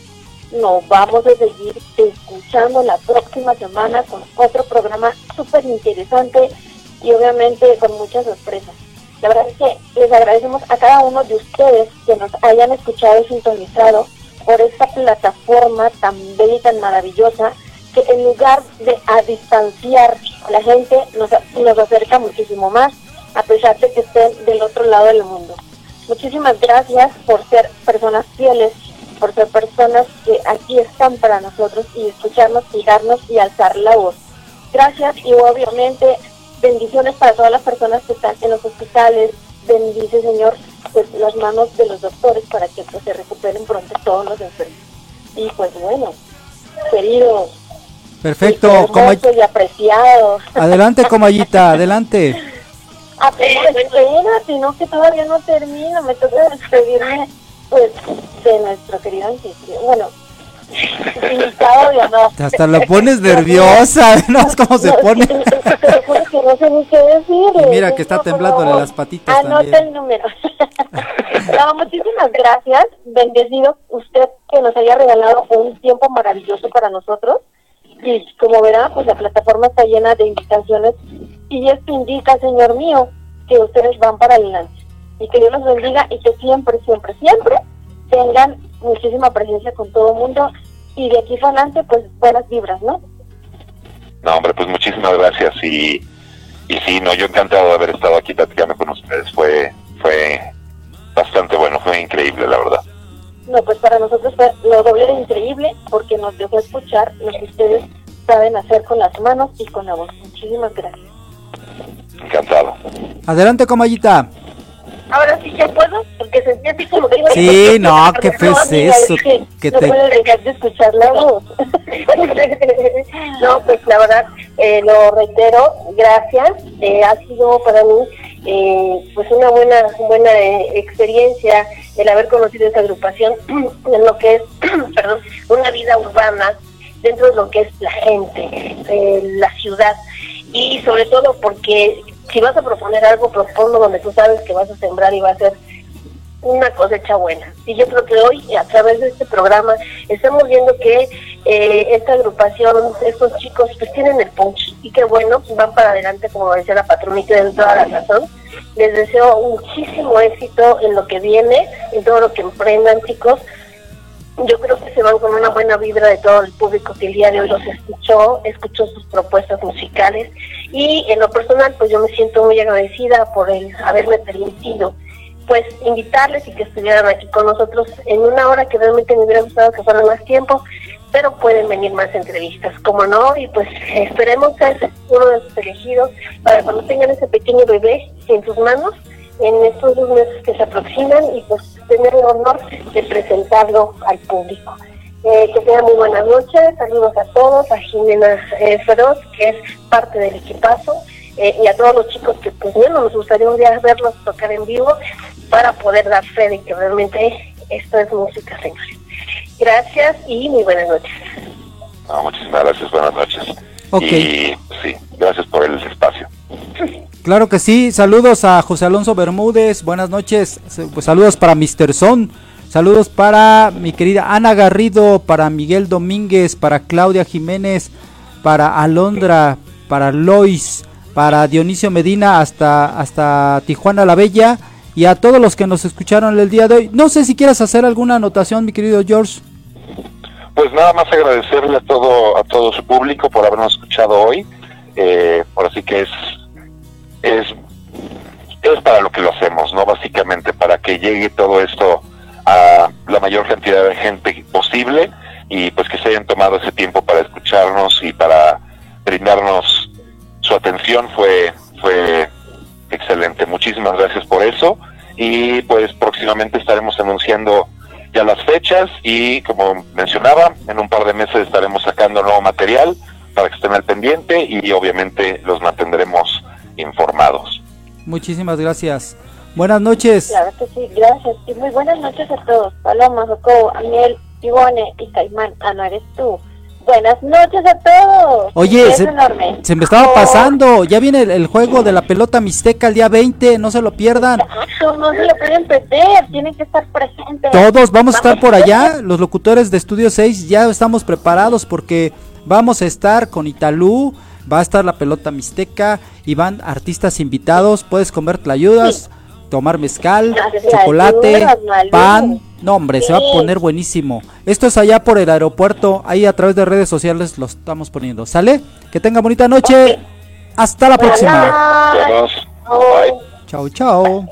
nos vamos a seguir escuchando la próxima semana con otro programa súper interesante y obviamente con muchas sorpresas. La verdad es que les agradecemos a cada uno de ustedes que nos hayan escuchado y sintonizado por esta plataforma tan bella y tan maravillosa que en lugar de a distanciar a la gente nos, nos acerca muchísimo más a pesar de que estén del otro lado del mundo. Muchísimas gracias por ser personas fieles, por ser personas que aquí están para nosotros y escucharnos, fijarnos y alzar la voz. Gracias y obviamente bendiciones para todas las personas que están en los hospitales. Bendice, Señor, pues las manos de los doctores para que pues, se recuperen pronto todos los enfermos. Y pues bueno, queridos. Perfecto, Comay... y apreciados. Adelante, Comayita, adelante. Apenas, espérate, no, que todavía no termino, me toca despedirme pues de nuestro querido anfitrión. Bueno, invitado de honor. Hasta lo pones nerviosa, ¿no? Es como se pone. Que no sé ni qué decir. Y mira que está temblándole las patitas también. Anota el número. No, muchísimas gracias. Bendecido usted que nos haya regalado un tiempo maravilloso para nosotros. Y como verá, pues la plataforma está llena de invitaciones. Y esto indica, Señor mío, que ustedes van para adelante. Y que Dios los bendiga y que siempre, siempre, siempre tengan muchísima presencia con todo el mundo y de aquí para adelante pues buenas vibras, ¿no? No, hombre, pues muchísimas gracias y, y sí, no, yo encantado de haber estado aquí platicando con ustedes, fue fue bastante bueno, fue increíble, la verdad. No, pues para nosotros fue lo doble de increíble porque nos dejó escuchar lo que ustedes saben hacer con las manos y con la voz. Muchísimas gracias. Encantado. Adelante, Comayita. Ahora sí ya puedo, porque sentí así como que... Sí, no, qué feo es eso. Que que no te... puedo dejar de escuchar la voz. No, pues la verdad, eh, lo reitero, gracias. Eh, ha sido para mí eh, pues una buena buena eh, experiencia el haber conocido esa agrupación en lo que es, perdón, una vida urbana dentro de lo que es la gente, eh, la ciudad. Y sobre todo porque si vas a proponer algo, proponlo donde tú sabes que vas a sembrar y va a ser una cosecha buena. Y yo creo que hoy, a través de este programa, estamos viendo que eh, esta agrupación, estos chicos, pues tienen el punch. Y que bueno, van para adelante, como decía la patronita, de toda la razón. Les deseo muchísimo éxito en lo que viene, en todo lo que emprendan, chicos. Yo creo que se van con una buena vibra de todo el público que el día de hoy los escuchó, escuchó sus propuestas musicales y en lo personal pues yo me siento muy agradecida por el haberme permitido pues invitarles y que estuvieran aquí con nosotros en una hora que realmente me hubiera gustado que fuera más tiempo, pero pueden venir más entrevistas, como no, y pues esperemos ser uno de sus elegidos para cuando tengan ese pequeño bebé en sus manos en estos dos meses que se aproximan y pues tener el honor de presentarlo al público. Eh, que tengan muy buenas noches, saludos a todos, a Jimena eh, Feroz, que es parte del equipazo, eh, y a todos los chicos que pues bueno, nos gustaría un día verlos tocar en vivo para poder dar fe de que realmente esto es música, señores. Gracias y muy buenas noches. No, muchísimas gracias, buenas noches. Okay. Y sí, gracias por el espacio. Claro que sí, saludos a José Alonso Bermúdez, buenas noches, pues saludos para mister Son, Saludos para mi querida Ana Garrido, para Miguel Domínguez, para Claudia Jiménez, para Alondra, para Lois, para Dionisio Medina hasta, hasta Tijuana la Bella, y a todos los que nos escucharon el día de hoy. No sé si quieras hacer alguna anotación, mi querido George. Pues nada más agradecerle a todo a todo su público por habernos escuchado hoy. Eh, por así que es es es para lo que lo hacemos, ¿no? Básicamente para que llegue todo esto a la mayor cantidad de gente posible, y pues que se hayan tomado ese tiempo para escucharnos y para brindarnos su atención fue fue excelente. Muchísimas gracias por eso, y pues próximamente estaremos anunciando ya las fechas, y como mencionaba, en un par de meses estaremos sacando nuevo material para que estén al pendiente, y obviamente los mantendremos informados. Muchísimas gracias. Buenas noches. Claro que sí, gracias. Y muy buenas noches a todos. Paloma, Jacobo, Aniel, Ivone y Caimán. Ah, no eres tú. Buenas noches a todos. Oye, se, enorme. se me estaba oh. pasando. Ya viene el, el juego de la pelota mixteca el día veinte. No se lo pierdan. Exacto, no se lo pueden perder. Tienen que estar presentes. Todos vamos a estar por allá. Los locutores de Estudio seis ya estamos preparados porque vamos a estar con Italú. Va a estar la pelota mixteca y van artistas invitados. Puedes comer tlayudas, sí. tomar mezcal, Gracias, chocolate, ayudas, pan. No, hombre, sí. se va a poner buenísimo. Esto es allá por el aeropuerto. Ahí a través de redes sociales lo estamos poniendo. ¿Sale? Que tenga bonita noche. Okay. Hasta la próxima. Bye. Chao, chao.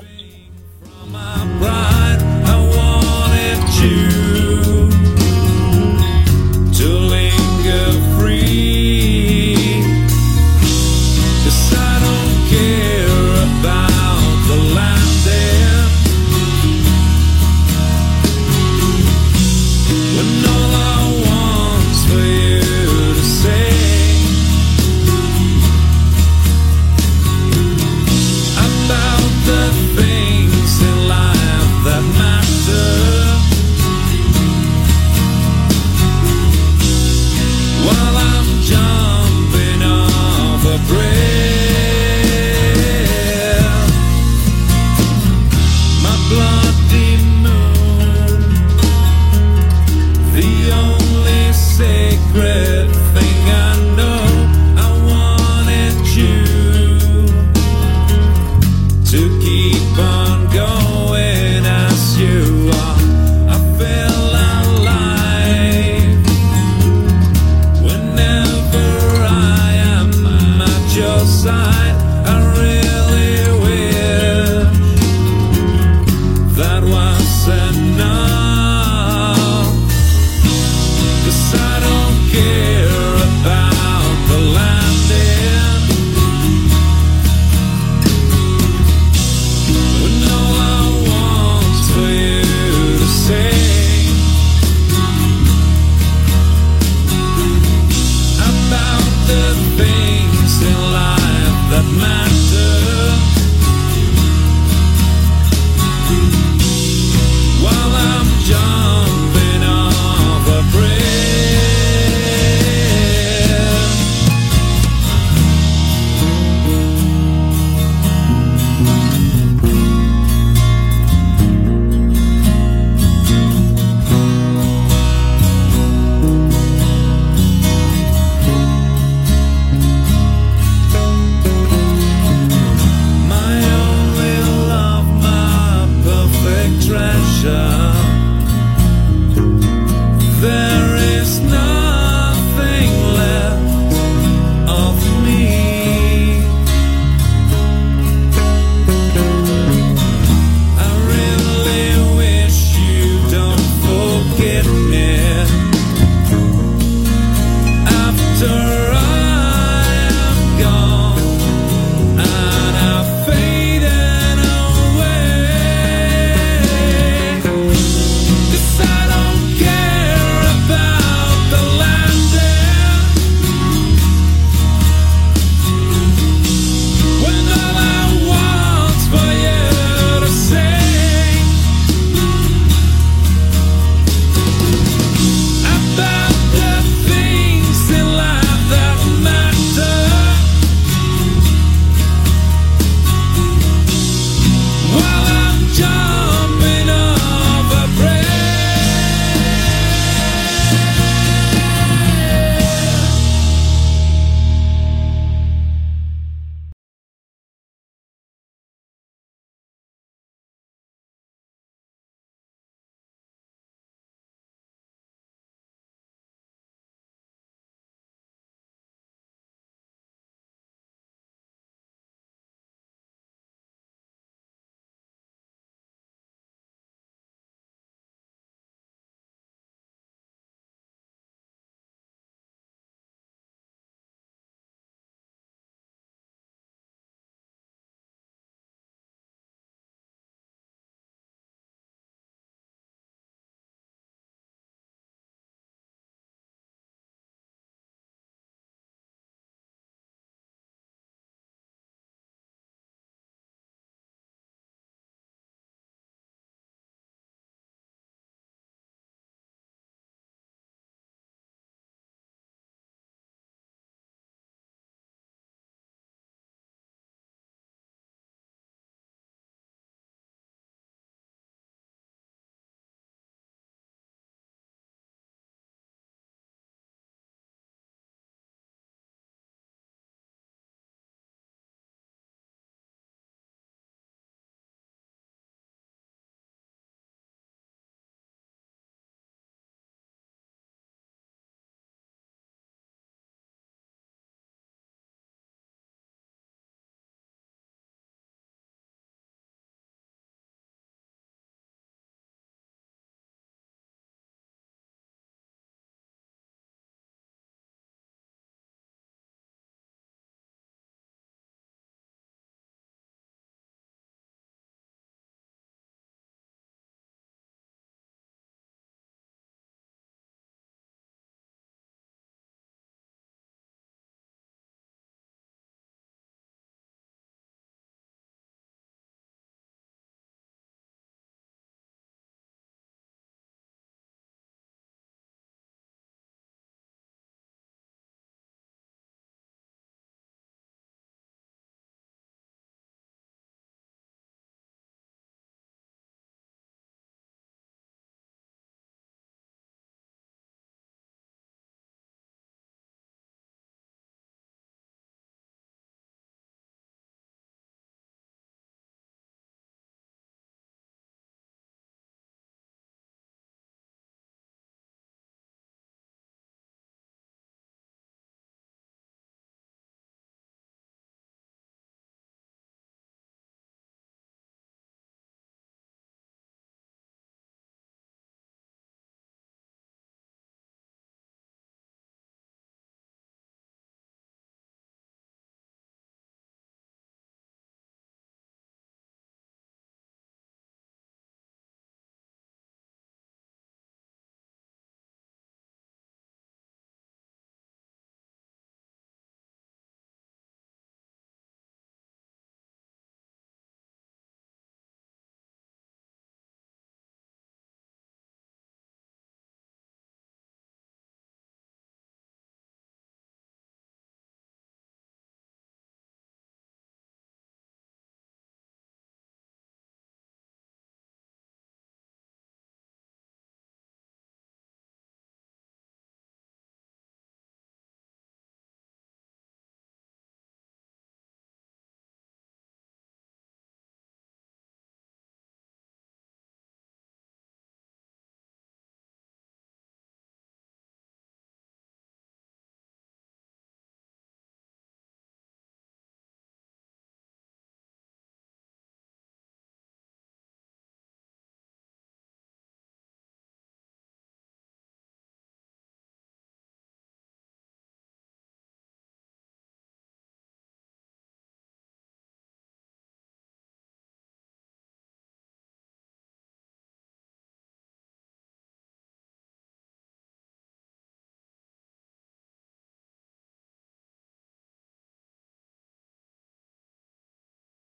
Secret